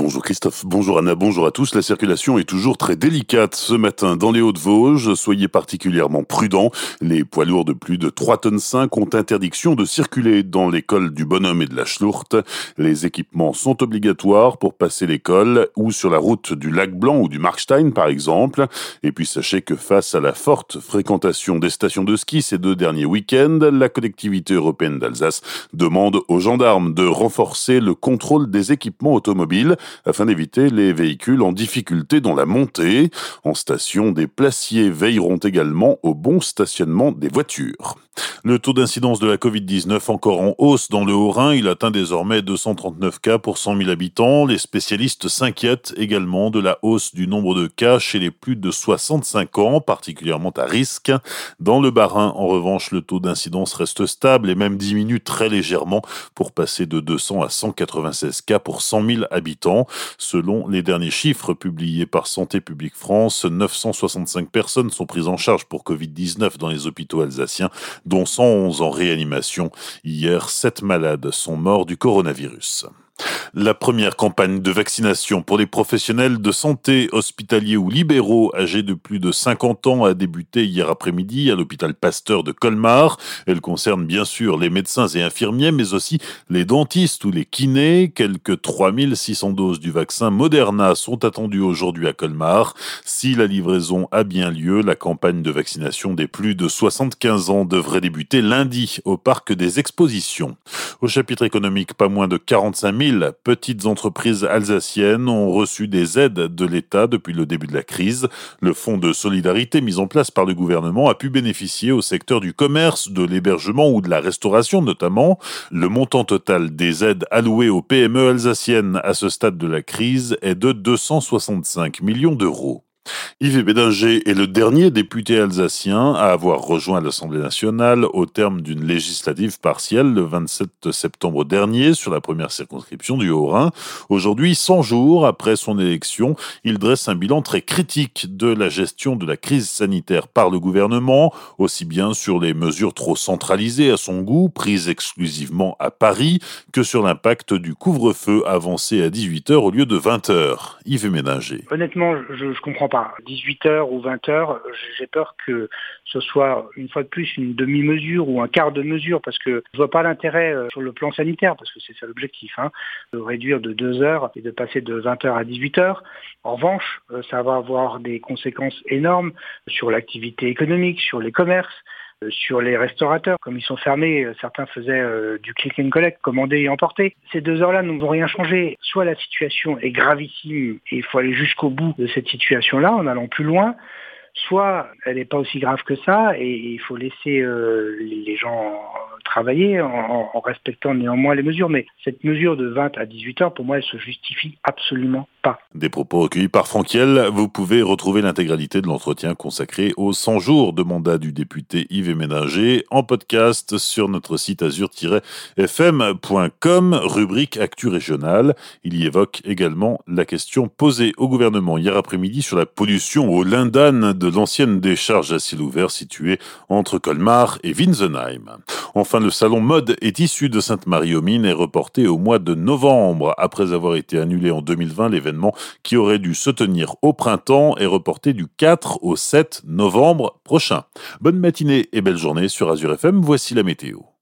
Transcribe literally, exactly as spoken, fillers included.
Bonjour Christophe, bonjour Anna, bonjour à tous. La circulation est toujours très délicate ce matin dans les Hauts-de-Vosges. Soyez particulièrement prudents. Les poids lourds de plus de trois tonnes cinq ont interdiction de circuler dans l'école du Bonhomme et de la Schlourte. Les équipements sont obligatoires pour passer l'école ou sur la route du Lac Blanc ou du Markstein par exemple. Et puis sachez que face à la forte fréquentation des stations de ski ces deux derniers week-ends, la collectivité européenne d'Alsace demande aux gendarmes de renforcer le contrôle des équipements automobiles afin d'éviter les véhicules en difficulté dans la montée. En station, des placiers veilleront également au bon stationnement des voitures. Le taux d'incidence de la covid dix-neuf encore en hausse dans le Haut-Rhin. Il atteint désormais deux cent trente-neuf cas pour cent mille habitants. Les spécialistes s'inquiètent également de la hausse du nombre de cas chez les plus de soixante-cinq ans, particulièrement à risque. Dans le Bas-Rhin, en revanche, le taux d'incidence reste stable et même diminue très légèrement pour passer de deux cents à cent quatre-vingt-seize cas pour cent mille habitants. Selon les derniers chiffres publiés par Santé publique France, neuf cent soixante-cinq personnes sont prises en charge pour covid dix-neuf dans les hôpitaux alsaciens, dont cent onze en réanimation. Hier, sept malades sont morts du coronavirus. La première campagne de vaccination pour les professionnels de santé, hospitaliers ou libéraux âgés de plus de cinquante ans a débuté hier après-midi à l'hôpital Pasteur de Colmar. Elle concerne bien sûr les médecins et infirmiers, mais aussi les dentistes ou les kinés. Quelques trois mille six cents doses du vaccin Moderna sont attendues aujourd'hui à Colmar. Si la livraison a bien lieu, la campagne de vaccination des plus de soixante-quinze ans devrait débuter lundi au parc des expositions. Au chapitre économique, pas moins de quarante-cinq mille petites entreprises alsaciennes ont reçu des aides de l'État depuis le début de la crise. Le fonds de solidarité mis en place par le gouvernement a pu bénéficier au secteur du commerce, de l'hébergement ou de la restauration notamment. Le montant total des aides allouées aux P M E alsaciennes à ce stade de la crise est de deux cent soixante-cinq millions d'euros. Yves Bédinger est le dernier député alsacien à avoir rejoint l'Assemblée nationale au terme d'une législative partielle le vingt-sept septembre dernier sur la première circonscription du Haut-Rhin. Aujourd'hui, cent jours après son élection, il dresse un bilan très critique de la gestion de la crise sanitaire par le gouvernement, aussi bien sur les mesures trop centralisées à son goût, prises exclusivement à Paris, que sur l'impact du couvre-feu avancé à dix-huit heures au lieu de vingt heures. Yves Bédinger. Honnêtement, je ne comprends pas. dix-huit heures ou vingt heures, j'ai peur que ce soit une fois de plus une demi-mesure ou un quart de mesure, parce que je vois pas l'intérêt euh, sur le plan sanitaire, parce que c'est ça l'objectif, hein, de réduire de deux heures et de passer de vingt heures à dix-huit heures. En revanche, euh, ça va avoir des conséquences énormes sur l'activité économique, sur les commerces, euh, sur les restaurateurs. Comme ils sont fermés, euh, certains faisaient euh, du click and collect, commander et emporter. Ces deux heures-là ne vont rien changer. Soit la situation est gravissime et il faut aller jusqu'au bout de cette situation-là en allant plus loin, soit elle n'est pas aussi grave que ça et il faut laisser euh, les gens travailler en, en respectant néanmoins les mesures. Mais cette mesure de vingt à dix-huit heures, pour moi, elle se justifie absolument pas. Des propos recueillis par Franquiel. Vous pouvez retrouver l'intégralité de l'entretien consacré aux cent jours de mandat du député Yves Bédinger en podcast sur notre site azur tiret f m point com, rubrique Actu régionale. Il y évoque également la question posée au gouvernement hier après-midi sur la pollution au lindane de l'ancienne décharge à ciel ouvert située entre Colmar et Winsenheim. Enfin, le salon mode est issu de Sainte-Marie-aux-Mines et reporté au mois de novembre. Après avoir été annulé en deux mille vingt, l'événement qui aurait dû se tenir au printemps est reporté du quatre au sept novembre prochain. Bonne matinée et belle journée sur Azur F M, voici la météo.